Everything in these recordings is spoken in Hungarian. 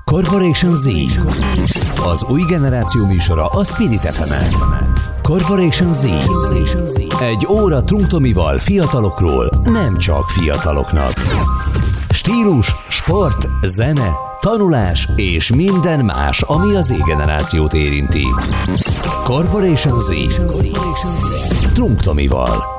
Corporation Z. Az új generáció műsora a Spirit FM-en. Corporation Z. Egy óra Trunk Tomival fiatalokról, nem csak fiataloknak. Stílus, sport, zene, tanulás és minden más, ami az Z-generációt érinti. Corporation Z. Trunk Tomival.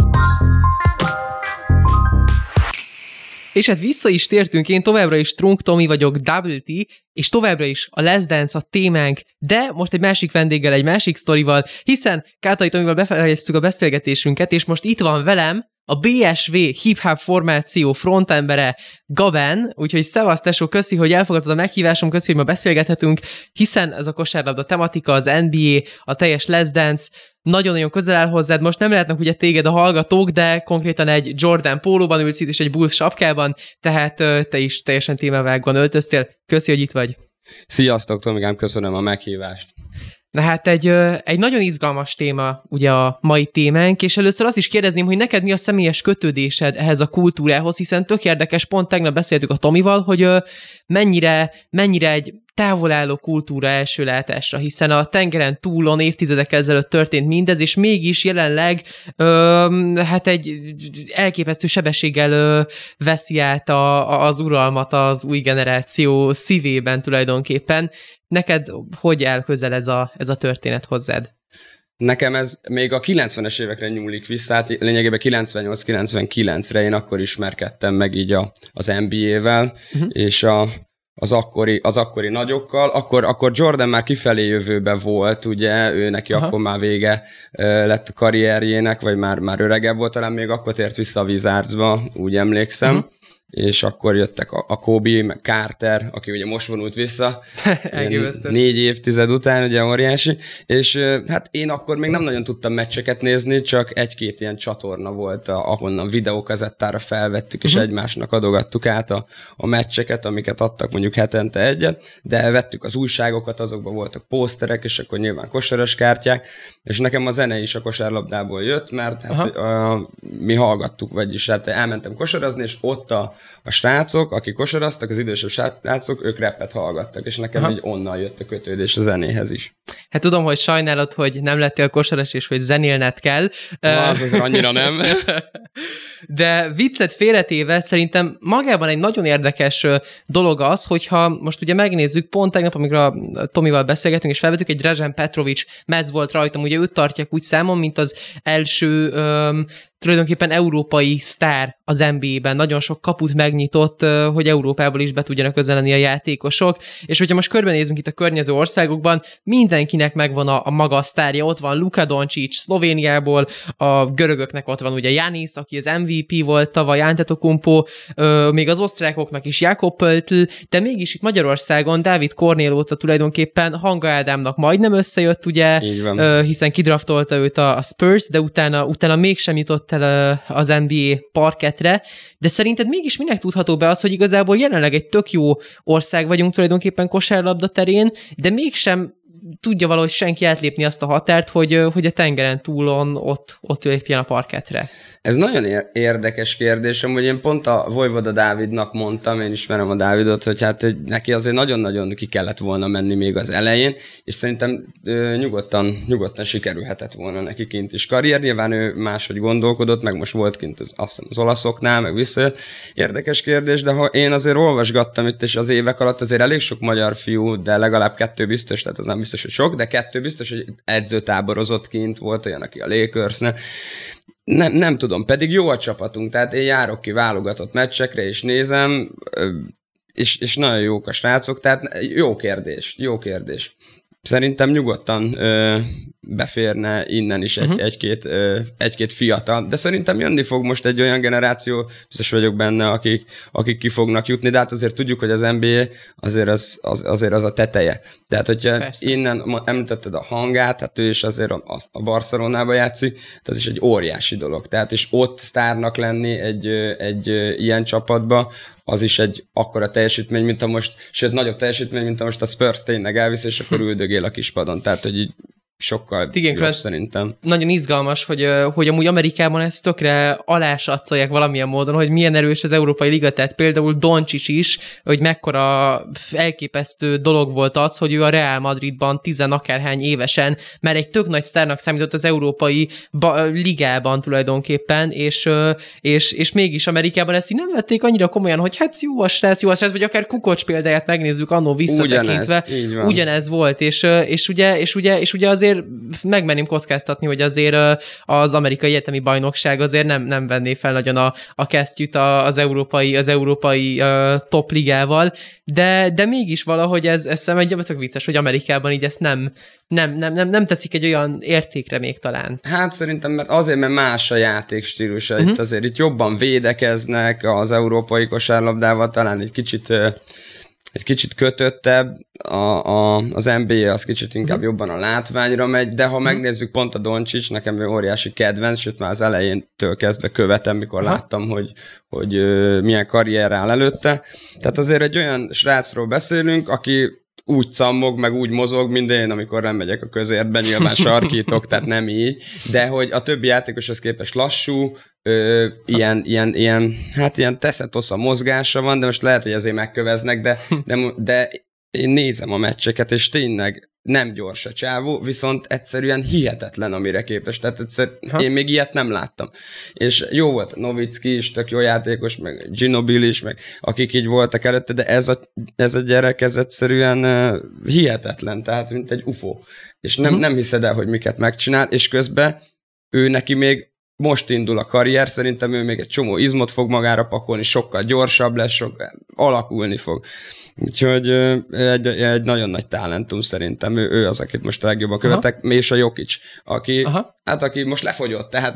És hát vissza is tértünk, én továbbra is Trunk Tomi vagyok, Double T, és továbbra is a Let's Dance a témánk, de most egy másik vendéggel, egy másik sztorival, hiszen Kátai Tomival befejeztük a beszélgetésünket, és most itt van velem a BSV hip-hop formáció frontembere Gaben, úgyhogy szevasz tesó, köszi, hogy elfogadtad a meghívásom, köszi, hogy ma beszélgethetünk, hiszen ez a kosárlabda tematika, az NBA, a teljes Let's Dance nagyon-nagyon közel áll hozzád. Most nem lehetnek ugye téged a hallgatók, de konkrétan egy Jordan pólóban ülsz itt, és egy Bulls sapkában, tehát te is teljesen témavágban öltöztél. Köszi, hogy itt vagy. Sziasztok, Tomikám, köszönöm a meghívást. Na hát egy nagyon izgalmas téma ugye a mai témánk, és először azt is kérdezném, hogy neked mi a személyes kötődésed ehhez a kultúrához, hiszen tök érdekes, pont tegnap beszéltük a Tomival, hogy mennyire egy távolálló kultúra első látásra, hiszen a tengeren túlon évtizedek ezelőtt történt mindez, és mégis jelenleg hát egy elképesztő sebességgel veszi át az uralmat az új generáció szívében tulajdonképpen. Neked hogy áll közel ez a történet hozzád? Nekem ez még a 90-es évekre nyúlik vissza, hát lényegében 98-99-re én akkor ismerkedtem meg így az NBA-vel, és az akkori nagyokkal. Akkor Jordan már kifelé jövőben volt, ugye, ő neki akkor már vége lett a karrierjének, vagy már öregebb volt, talán még akkor tért vissza a Wizardsba, úgy emlékszem. És akkor jöttek a Kobe, meg Carter, aki ugye most vonult vissza, 4 évtized után, ugye óriási, és hát én akkor még nem nagyon tudtam meccseket nézni, csak egy-két ilyen csatorna volt, ahonnan videókazettára felvettük, és egymásnak adogattuk át a meccseket, amiket adtak mondjuk hetente egyet, de vettük az újságokat, azokban voltak pószterek, és akkor nyilván kosaras kártyák, és nekem a zene is a kosárlabdából jött, mert hát, mi hallgattuk, vagyis hát elmentem kosarazni, és ott a srácok, akik kosaraztak, az idősebb srácok, ők rappet hallgattak, és nekem így onnan jött a kötődés a zenéhez is. Hát tudom, hogy sajnálod, hogy nem lettél kosaras, és hogy zenélned kell. Az annyira nem. De viccet félretéve szerintem magában egy nagyon érdekes dolog az, hogyha most ugye megnézzük, pont tegnap, amikor Tomival beszélgetünk, és felvettük, egy Dražen Petrović mez volt rajtam, ugye őt tartják úgy számon, mint az első tulajdonképpen európai sztár az NBA-ben. Nagyon sok kaput megnyitott, hogy Európából is be tudjanak közeledni a játékosok, és hogyha most körbenézünk itt a környező országokban, mindenkinek megvan a maga sztárja, ott van Luka Doncic Szlovéniából, a görögöknek ott van ugye Giannis, aki az MVP volt tavaly, Antetokounmpo, még az osztrákoknak is Jakob Poeltl, de mégis itt Magyarországon Dávid Kornélóta tulajdonképpen Hanga Ádámnak majdnem összejött, ugye, hiszen kidraftolta őt a Spurs, de utána mégsem jutott el az NBA parketre, de szerinted mégis minek tudható be az, hogy igazából jelenleg egy tök jó ország vagyunk tulajdonképpen kosárlabda terén, de mégsem tudja valahogy senki átlépni azt a határt, hogy a tengeren túlon ott lépjen a parketre? Ez nagyon érdekes kérdés, amúgy én pont a Vojvoda Dávidnak mondtam, én ismerem a Dávidot, hogy hát neki azért nagyon-nagyon ki kellett volna menni még az elején, és szerintem nyugodtan sikerülhetett volna neki kint is karrier. Nyilván ő máshogy gondolkodott, meg most volt kint az olaszoknál, meg visszajött. Érdekes kérdés, de ha én azért olvasgattam itt, és az évek alatt azért elég sok magyar fiú, de legalább 2 biztos, tehát az nem biztos, hogy sok, de 2 biztos, hogy edzőtáborozott kint, volt olyan, aki a Lakersnél. Nem tudom, pedig jó a csapatunk, tehát én járok ki válogatott meccsekre, és nézem, és nagyon jók a srácok, tehát jó kérdés. Szerintem nyugodtan beférne innen is egy-két fiatal, de szerintem jönni fog most egy olyan generáció, biztos vagyok benne, akik ki fognak jutni, de hát azért tudjuk, hogy az NBA azért az a teteje. Tehát, hogyha innen említetted a Hangát, hát ő is azért a Barcelonába játszik, tehát ez is egy óriási dolog. Tehát és ott sztárnak lenni egy ilyen csapatba, az is egy akkora teljesítmény, mint a most, sőt, nagyobb teljesítmény, mint a most a Spurs tényleg elvisz, és akkor üldögél a kispadon. Tehát, hogy így sokkal jobb szerintem. Nagyon izgalmas, hogy amúgy Amerikában ezt tökre alásatszolják valamilyen módon, hogy milyen erős az Európai Liga, tehát például Doncic is, hogy mekkora elképesztő dolog volt az, hogy ő a Real Madridban 10 akárhány évesen, mert egy tök nagy sztárnak számított az Európai Ligában tulajdonképpen, és mégis Amerikában ezt így nem vették annyira komolyan, hogy hát jó a srác, vagy akár Kukoc példáját megnézzük annó visszatekintve. Ugyanez volt, és ugye azért megmerném kockáztatni, hogy azért az amerikai egyetemi bajnokság azért nem venné fel nagyon a kesztyűt az európai top ligával, de mégis valahogy ez szerintem egy vicces, hogy Amerikában így ezt nem teszik egy olyan értékre még talán. Hát szerintem, mert más a játékstílusa. Itt jobban védekeznek, az európai kosárlabdával talán egy kicsit kötöttebb, az NBA az kicsit inkább jobban a látványra megy, de ha megnézzük pont a Doncic, nekem ő óriási kedvenc, sőt már az elejéntől kezdve követem, mikor láttam, hogy milyen karrier áll előtte. Tehát azért egy olyan srácról beszélünk, aki úgy cammog, meg úgy mozog, mint én, amikor nem megyek a közértbe, nyilván sarkítok, tehát nem így, de hogy a többi játékoshoz képest lassú, ilyen teszetosza mozgása van, de most lehet, hogy ezért megköveznek, de én nézem a meccseket, és tényleg nem gyors a csávó, viszont egyszerűen hihetetlen, amire képes. Tehát én még ilyet nem láttam. És jó volt Nowitzki is, tök jó játékos, meg Ginobili is, meg akik így voltak előtte, de ez a gyerek, ez egyszerűen hihetetlen, tehát mint egy UFO. És nem hiszed el, hogy miket megcsinál, és közben ő neki még most indul a karrier, szerintem ő még egy csomó izmot fog magára pakolni, sokkal gyorsabb lesz, alakulni fog. Úgyhogy egy nagyon nagy talentum szerintem. Ő az, akit most a legjobban követek, és a Jokic, aki most lefogyott, tehát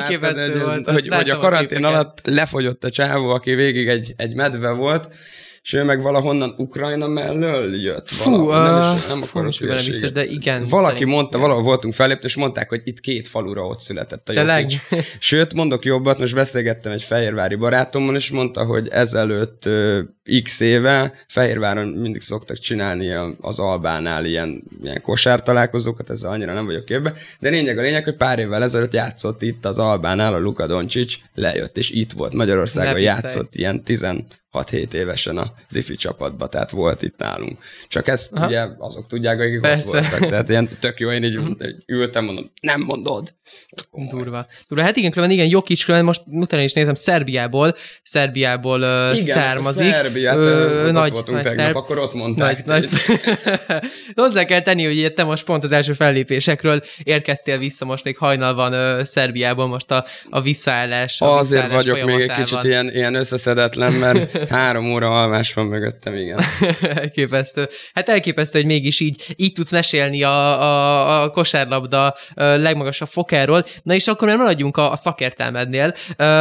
hogy a karantén alatt lefogyott a csávó, aki végig egy medve volt, és ő meg valahonnan Ukrajna mellől jött. Nem akarok biztos, de igen. Valaki mondta, valahol voltunk fellépni, és mondták, hogy itt 2 falura ott született a Jokic. Sőt, mondok jobbat, most beszélgettem egy fehérvári barátommal, és mondta, hogy ezelőtt x éve Fehérváron mindig szoktak csinálni az Albánál ilyen kosártalálkozókat, ezzel annyira nem vagyok képbe, de lényeg, hogy pár évvel ezelőtt játszott itt az Albánál, a Luka Doncic lejött, és itt volt Magyarországon, játszott ilyen 16-7 évesen a Zifi csapatba, tehát volt itt nálunk. Csak ezt ugye azok tudják, akik ott voltak, tehát ilyen tök jó, én így ültem, mondom, nem mondod. Durva. Hát igen, Jokic, most utána is nézem, Szerbiából származik. Ott voltunk tegnap, akkor ott mondták. Hozzá kell tenni, hogy te most pont az első fellépésekről érkeztél vissza, most még hajnal van Szerbiában, most a visszaállás. Azért vagyok még egy kicsit ilyen összeszedetlen, mert 3 óra alvás van mögöttem, igen. Elképesztő. Hát elképesztő, hogy mégis így tudsz mesélni a kosárlabda legmagasabb fokáról. Na és akkor már maradjunk a szakértelmednél.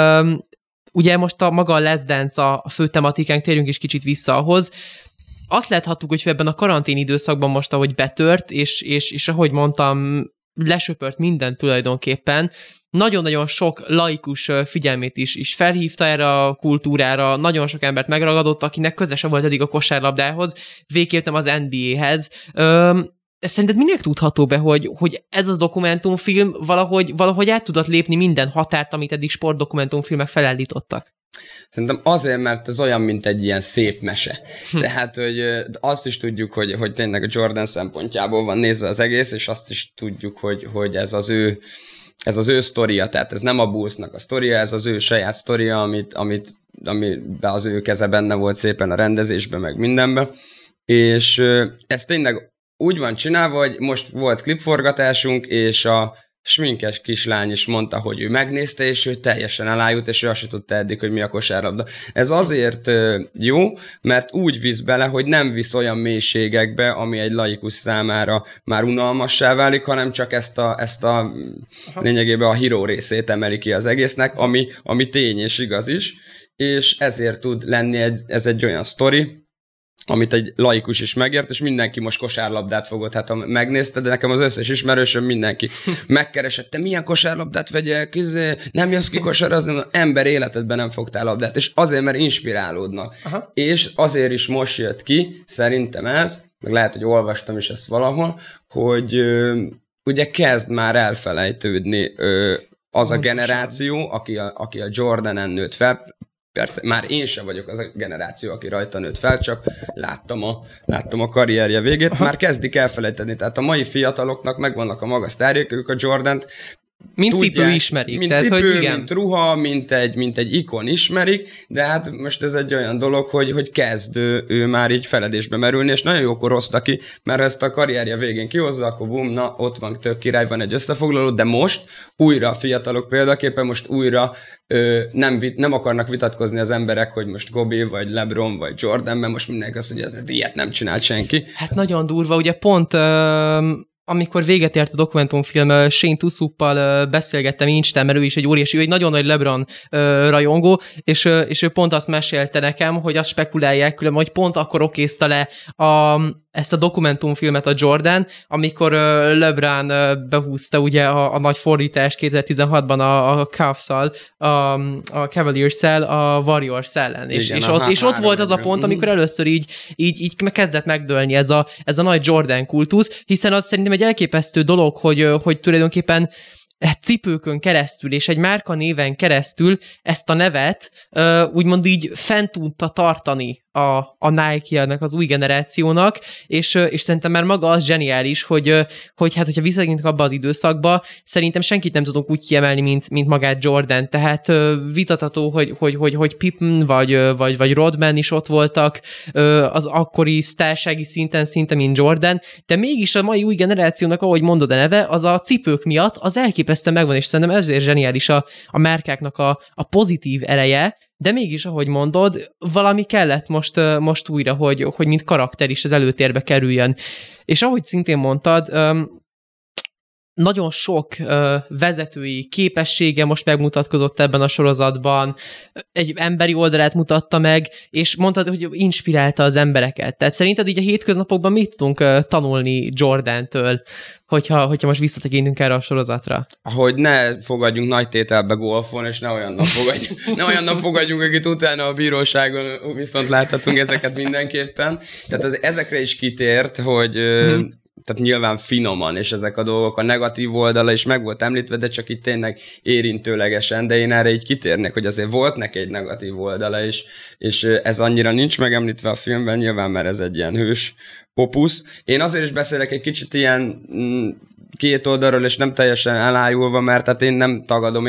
Ugye most maga a Let's Dance a fő tematikánk, térjünk is kicsit vissza ahhoz. Azt láthattuk, hogy ebben a karantén időszakban most, ahogy betört, és ahogy mondtam, lesöpört minden tulajdonképpen, nagyon-nagyon sok laikus figyelmét is felhívta erre a kultúrára, nagyon sok embert megragadott, akinek köze sem volt eddig a kosárlabdához, végképp nem az NBA-hez. Szerinted minek tudható be, hogy ez a dokumentumfilm valahogy át tudott lépni minden határt, amit eddig sportdokumentumfilmek felállítottak? Szerintem azért, mert ez olyan, mint egy ilyen szép mese. Tehát, hogy azt is tudjuk, hogy tényleg a Jordan szempontjából van nézve az egész, és azt is tudjuk, hogy ez az ő sztoria, tehát ez nem a Bullsnak a sztoria, ez az ő saját sztoria, amiben az ő keze benne volt szépen a rendezésben, meg mindenben. És ez tényleg úgy van csinálva, hogy most volt klipforgatásunk, és a sminkes kislány is mondta, hogy ő megnézte, és ő teljesen elájult, és ő azt se tudta eddig, hogy mi a kosárlabda. Ez azért jó, mert úgy visz bele, hogy nem visz olyan mélységekbe, ami egy laikus számára már unalmassá válik, hanem csak ezt a lényegében a hero részét emeli ki az egésznek, ami tény és igaz is, és ezért tud lenni ez egy olyan sztori, amit egy laikus is megért, és mindenki most kosárlabdát fogott, hát ha megnézted, de nekem az összes ismerősöm mindenki megkeresett, te milyen kosárlabdát vegyek, nem jössz ki kosarazni, ember életedben nem fogtál labdát, és azért, mert inspirálódnak. Aha. És azért is most jött ki, szerintem ez, meg lehet, hogy olvastam is ezt valahol, hogy ugye kezd már elfelejtődni az a generáció, aki a Jordanen nőtt fel. Persze, már én sem vagyok az a generáció, aki rajta nőtt fel, csak láttam a karrierje végét, már kezdik elfelejteni. Tehát a mai fiataloknak megvannak a maga sztárjék, ők a Jordant mint cipő ismerik. Mint tehát, cipő, hogy mint ruha, mint egy ikon ismerik, de hát most ez egy olyan dolog, hogy kezd ő már így feledésbe merülni, és nagyon jókor hozta ki, mert ezt a karrierje végén kihozza, akkor bum, na, ott van, tök király, van egy összefoglaló, de most újra a fiatalok példaképpen most újra nem akarnak vitatkozni az emberek, hogy most Kobe, vagy LeBron, vagy Jordan, mert most mindenki azt mondja, hogy ilyet nem csinált senki. Hát nagyon durva, ugye pont amikor véget ért a dokumentumfilm, Shane Tusuppal beszélgettem Instán, mert ő is egy óriási, ő egy nagyon nagy LeBron rajongó, és ő pont azt mesélte nekem, hogy azt spekulálják különben, hogy pont akkor okézta le ezt a dokumentumfilmet a Jordan, amikor LeBron behúzta ugye a nagy fordítást 2016-ban a Cavs-szal, a Cavaliers-szel, a Warriors ellen. Igen, és ott volt az a pont, amikor először így kezdett megdőlni ez a nagy Jordan kultusz, hiszen az szerintem egy elképesztő dolog, hogy tulajdonképpen cipőkön keresztül és egy márka néven keresztül ezt a nevet úgymond így fent tudta tartani a Nike-nek, az új generációnak, és szerintem már maga az zseniális, hogy hát, hogyha visszatekintünk abba az időszakba, szerintem senkit nem tudunk úgy kiemelni, mint magát Jordan, tehát vitatható, hogy Pippen vagy Rodman is ott voltak az akkori sztársági szinten, szinte mint Jordan, de mégis a mai új generációnak, ahogy mondod a neve, az a cipők miatt az elképesztően megvan, és szerintem ezért zseniális a márkáknak a pozitív ereje, de mégis, ahogy mondod, valami kellett most újra, hogy mint karakter is az előtérbe kerüljön. És ahogy szintén mondtad, nagyon sok vezetői képessége most megmutatkozott ebben a sorozatban, egy emberi oldalát mutatta meg, és mondtad, hogy inspirálta az embereket. Tehát szerinted így a hétköznapokban mit tudunk tanulni Jordantől, hogyha most visszatekintünk erre a sorozatra? Hogy ne fogadjunk nagy tételbe golfon, és ne olyan nap fogadjunk, akit utána a bíróságon viszont láthatunk ezeket mindenképpen. Tehát ezekre is kitért, hogy tehát nyilván finoman, és ezek a dolgok, a negatív oldala is meg volt említve, de csak itt tényleg érintőlegesen, de én erre így kitérnek, hogy azért volt neki egy negatív oldala is, és ez annyira nincs megemlítve a filmben, nyilván, mert ez egy ilyen hős opusz. Én azért is beszélek egy kicsit ilyen két oldalról, és nem teljesen elájulva, mert hát én nem tagadom,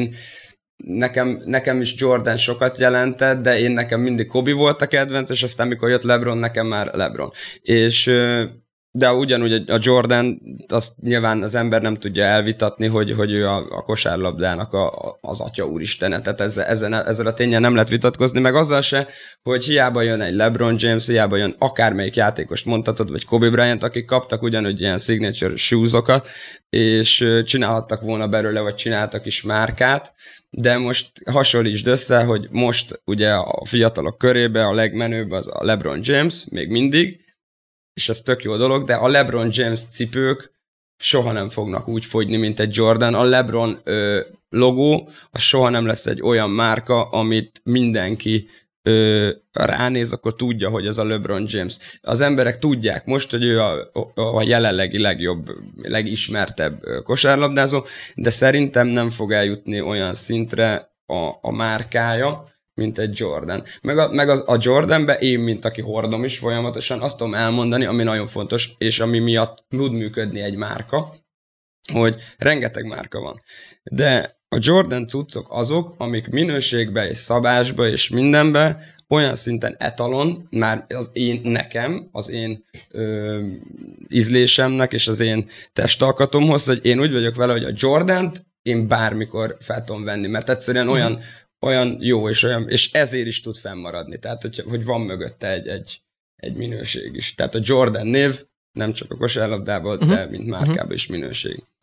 Nekem is Jordan sokat jelentett, de nekem mindig Kobe volt a kedvenc, és aztán mikor jött LeBron, nekem már LeBron. De ugyanúgy a Jordan, azt nyilván az ember nem tudja elvitatni, hogy ő a kosárlabdának az atya úristene. Tehát ezzel a tényen nem lehet vitatkozni, meg azzal se, hogy hiába jön egy LeBron James, hiába jön akármelyik játékost mondhatod, vagy Kobe Bryant, akik kaptak ugyanúgy ilyen signature shoes-okat, és csinálhattak volna belőle, vagy csináltak is márkát, de most hasonlítsd össze, hogy most ugye a fiatalok körébe a legmenőbb az a LeBron James, még mindig, és ez tök jó dolog, de a LeBron James cipők soha nem fognak úgy fogyni, mint egy Jordan. A LeBron logó, az soha nem lesz egy olyan márka, amit mindenki ránéz, akkor tudja, hogy ez a LeBron James. Az emberek tudják most, hogy ő a jelenlegi legjobb, legismertebb kosárlabdázó, de szerintem nem fog eljutni olyan szintre a márkája, mint egy Jordan. Meg a Jordanbe én, mint aki hordom is folyamatosan, azt tudom elmondani, ami nagyon fontos, és ami miatt tud működni egy márka, hogy rengeteg márka van. De a Jordan cuccok azok, amik minőségbe és szabásba és mindenbe olyan szinten etalon, már az én ízlésemnek és az én testalkatomhoz, hogy én úgy vagyok vele, hogy a Jordant én bármikor fel tudom venni, mert egyszerűen olyan jó, és ezért is tud fennmaradni. Tehát, hogy van mögötte egy minőség is. Tehát a Jordan név nem csak a kosárlabdában, de mint márkában is minőség.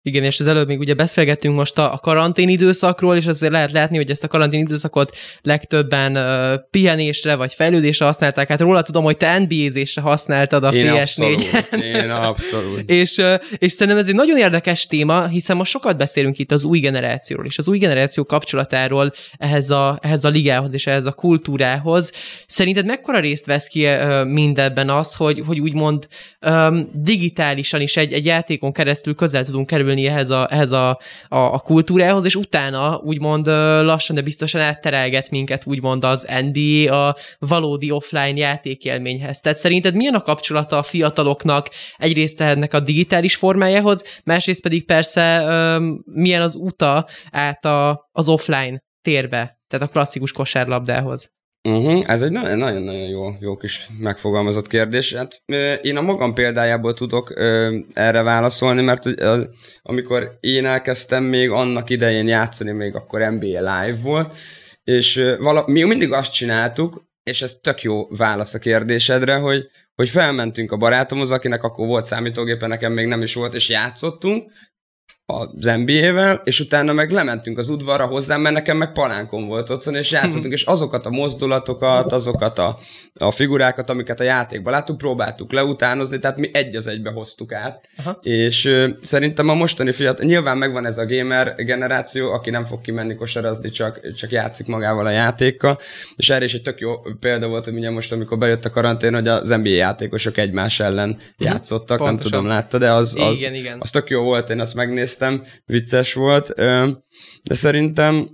Igen, és az előbb még ugye beszélgettünk most a karantén időszakról, és azért lehet látni, hogy ezt a karantén időszakot legtöbben pihenésre vagy fejlődésre használták. Hát róla tudom, hogy te NBA-zésre használtad a PS4-en. Én abszolút. És szerintem ez egy nagyon érdekes téma, hiszen most sokat beszélünk itt az új generációról, és az új generáció kapcsolatáról ehhez a ligához és ehhez a kultúrához. Szerinted mekkora részt vesz ki mindebben az, hogy úgymond digitálisan is egy játékon keresztül közel tudunk kerülni ehhez a kultúrához, és utána úgymond lassan, de biztosan átterelget minket úgymond az NBA a valódi offline játékélményhez. Tehát szerinted milyen a kapcsolata a fiataloknak egyrészt ennek a digitális formájához, másrészt pedig persze milyen az uta át az offline térbe, tehát a klasszikus kosárlabdához? Ez egy nagyon-nagyon jó kis megfogalmazott kérdés. Hát, én a magam példájából tudok erre válaszolni, mert amikor én elkezdtem még annak idején játszani, még akkor NBA Live volt, és mi mindig azt csináltuk, és ez tök jó válasz a kérdésedre, hogy felmentünk a barátomhoz, akinek akkor volt számítógépe, nekem még nem is volt, és játszottunk az NBA-vel, és utána meg lementünk az udvarra hozzám, mert nekem meg palánkom volt otthon, és játszottunk, és azokat a mozdulatokat, azokat a figurákat, amiket a játékban láttuk, próbáltuk leutánozni, tehát mi egy az egybe hoztuk át. Aha. És szerintem a mostani fiatal, nyilván megvan ez a gamer generáció, aki nem fog kimenni kosarazni, csak játszik magával a játékkal, és erre is egy tök jó példa volt, hogy ugye most, amikor bejött a karantén, hogy az NBA játékosok egymás ellen játszottak, pontosan. Nem tudom, látta, de az tök jó volt, én azt megnéztem, vicces volt, de szerintem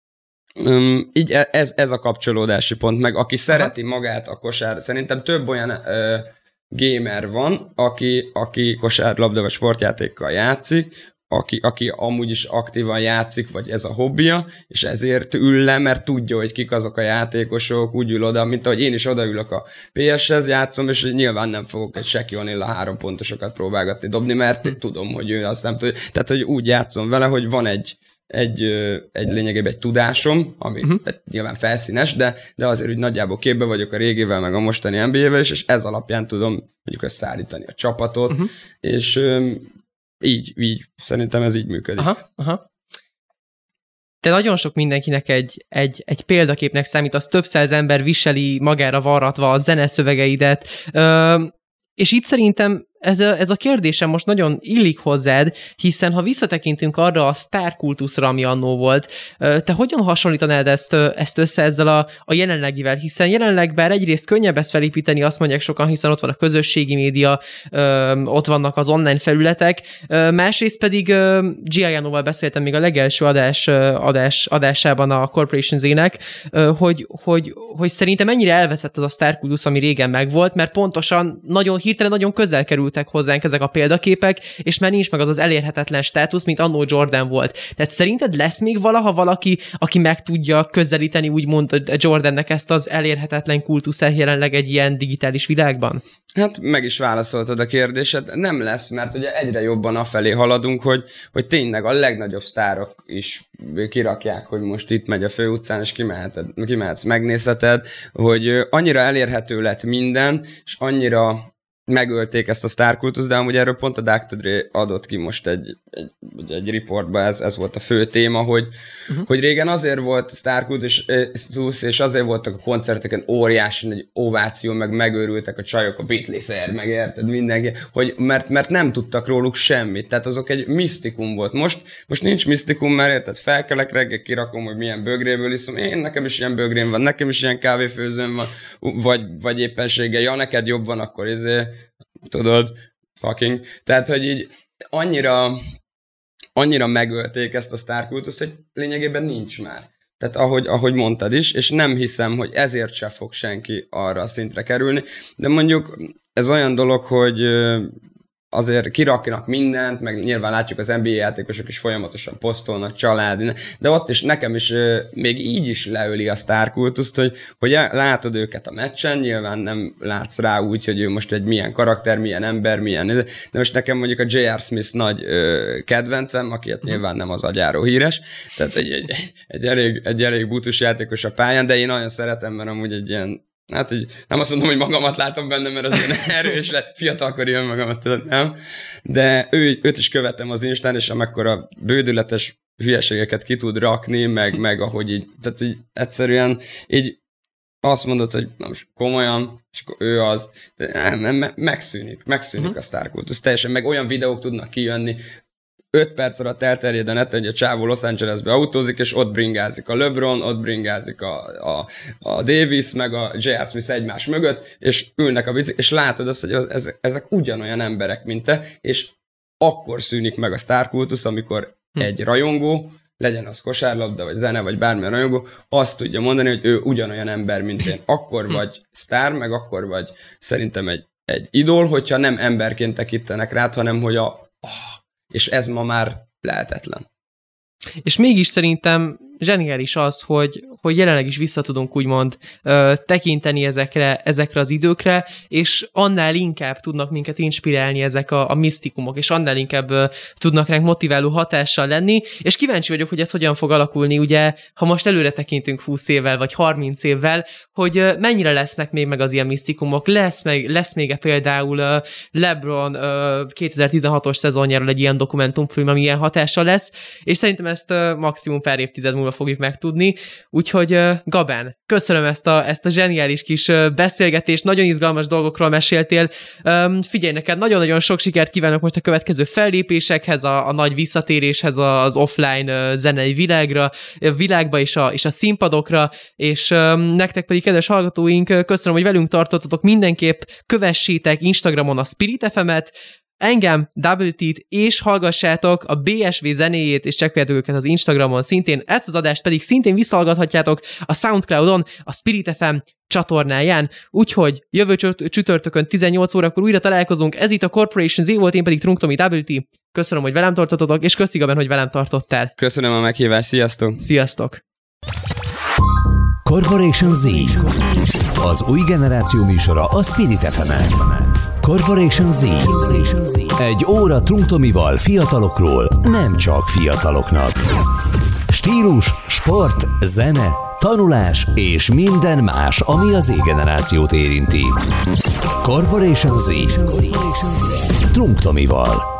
így ez a kapcsolódási pont, meg aki szereti magát a kosár, szerintem több olyan gamer van, aki kosárlabda vagy sportjátékkal játszik, aki amúgy is aktívan játszik, vagy ez a hobbija, és ezért ül le, mert tudja, hogy kik azok a játékosok, úgy ül oda, mint ahogy én is odaülök a PS-hez, játszom, és nyilván nem fogok egy Shaquille O'Neal 3 pontosokat próbálgatni dobni, mert tudom, hogy ő azt nem tudja. Tehát, hogy úgy játszom vele, hogy van egy lényegében egy tudásom, ami nyilván felszínes, de azért úgy nagyjából képbe vagyok a régével, meg a mostani NBA-vel is, és ez alapján tudom mondjuk összeállítani a csapatot, és így, szerintem ez így működik. Aha. Te nagyon sok mindenkinek egy példaképnek számít, az több száz ember viseli magára varratva a zeneszövegeidet, és itt szerintem ez a kérdésem most nagyon illik hozzád, hiszen ha visszatekintünk arra a sztárkultuszra, ami annó volt, te hogyan hasonlítanád ezt össze ezzel a jelenlegivel? Hiszen jelenleg bár egyrészt könnyebb ezt felépíteni, azt mondják sokan, hiszen ott van a közösségi média, ott vannak az online felületek, másrészt pedig Giulianoval beszéltem még a legelső adásában a Corporation Z-nek, hogy szerintem mennyire elveszett az a sztárkultusz, ami régen megvolt, mert pontosan nagyon hirtelen, nagyon közel kerültek hozzánk ezek a példaképek, és már nincs meg az elérhetetlen státusz, mint annó Jordan volt. Tehát szerinted lesz még valaha valaki, aki meg tudja közelíteni úgymond Jordannek ezt az elérhetetlen kultuszát jelenleg egy ilyen digitális világban? Hát meg is válaszoltad a kérdésed. Nem lesz, mert ugye egyre jobban afelé haladunk, hogy tényleg a legnagyobb sztárok is kirakják, hogy most itt megy a főutcán, és kimehetsz, megnézheted, hogy annyira elérhető lett minden, és annyira megölték ezt a sztárkultuszt, de amúgy erről pont a Dr. Dre adott ki most egy riportba, ez volt a fő téma, hogy régen azért volt sztárkultus, és azért voltak a koncerteken óriási nagy ováció, meg megőrültek a csajok, a Beatles-ért, meg érted mindenki, hogy mert nem tudtak róluk semmit, tehát azok egy misztikum volt. Most nincs misztikum, mert érted, felkelek reggel, kirakom, hogy milyen bögréből iszom, nekem is ilyen bögrém van, nekem is ilyen kávéfőzőm van, vagy éppenséggel, ja, neked jobb van, akkor tudod, fucking. Tehát, hogy így annyira megölték ezt a sztárkultuszt, hogy lényegében nincs már. Tehát ahogy mondtad is, és nem hiszem, hogy ezért se fog senki arra a szintre kerülni, de mondjuk ez olyan dolog, hogy azért kiraknak mindent, meg nyilván látjuk az NBA játékosok is folyamatosan posztolnak, család, de ott is nekem is még így is leöli a sztárkultuszt, hogy látod őket a meccsen, nyilván nem látsz rá úgy, hogy ő most egy milyen karakter, milyen ember, de most nekem mondjuk a J.R. Smith nagy kedvencem, aki nyilván nem az agyáró híres, tehát egy elég butus játékos a pályán, de én nagyon szeretem, mert amúgy egy ilyen hát így nem azt mondom, hogy magamat látom benne, mert az ilyen erős lett, fiatalkori önmagamat, tudod, nem? De őt is követem az Instán, és amekkora bődületes hülyeségeket ki tud rakni, meg ahogy így, tehát így egyszerűen így azt mondod, hogy na most komolyan, és akkor ő az, de nem, megszűnik a sztárkultusz. Teljesen meg olyan videók tudnak kijönni, 5 perc alatt elterjed a neten, hogy a csávó Los Angelesbe autózik, és ott bringázik a LeBron, ott bringázik a Davis, meg a J.R. Smith egymás mögött, és ülnek a biciklik, és látod azt, hogy ezek ugyanolyan emberek, mint te, és akkor szűnik meg a sztárkultusz, amikor egy rajongó, legyen az kosárlabda, vagy zene, vagy bármilyen rajongó, azt tudja mondani, hogy ő ugyanolyan ember, mint én. Akkor vagy sztár, meg akkor vagy szerintem egy idol, hogyha nem emberként tekintenek rád, hanem hogy és ez ma már lehetetlen. És mégis szerintem zseniális az, hogy jelenleg is vissza tudunk úgymond tekinteni ezekre az időkre, és annál inkább tudnak minket inspirálni ezek a misztikumok, és annál inkább tudnak ránk motiváló hatással lenni, és kíváncsi vagyok, hogy ez hogyan fog alakulni, ugye, ha most előre tekintünk 20 évvel, vagy 30 évvel, hogy mennyire lesznek még meg az ilyen misztikumok, lesz még például LeBron 2016-os szezonjáról egy ilyen dokumentumfilm, ami ilyen hatással lesz, és szerintem ezt maximum pár évtized múlva fogjuk megtudni. Úgyhogy Gabán, köszönöm ezt a zseniális kis beszélgetést, nagyon izgalmas dolgokról meséltél. Figyelj, neked nagyon-nagyon sok sikert kívánok most a következő fellépésekhez, a nagy visszatéréshez az offline zenei világba és a színpadokra, és nektek pedig, kedves hallgatóink, köszönöm, hogy velünk tartottatok, mindenképp kövessétek Instagramon a Spirit FM-et, engem, WT-t, és hallgassátok a BSV zenéjét, és csekkoljátok őket az Instagramon szintén. Ezt az adást pedig szintén visszahallgathatjátok a Soundcloudon, a Spirit FM csatornáján. Úgyhogy jövő csütörtökön 18 órakor újra találkozunk. Ez itt a Corporation Z volt, én pedig Trunk Tomi WT. Köszönöm, hogy velem tartottatok, és köszi, Gaben, hogy velem tartottál. Köszönöm a meghívást, sziasztok! Sziasztok! Corporation Z, az új generáció műsora a Spirit FM-en. Corporation Z, egy óra Trunk Tomival fiatalokról, nem csak fiataloknak. Stílus, sport, zene, tanulás és minden más, ami az Z-generációt érinti. Corporation Z, Trunk Tomival.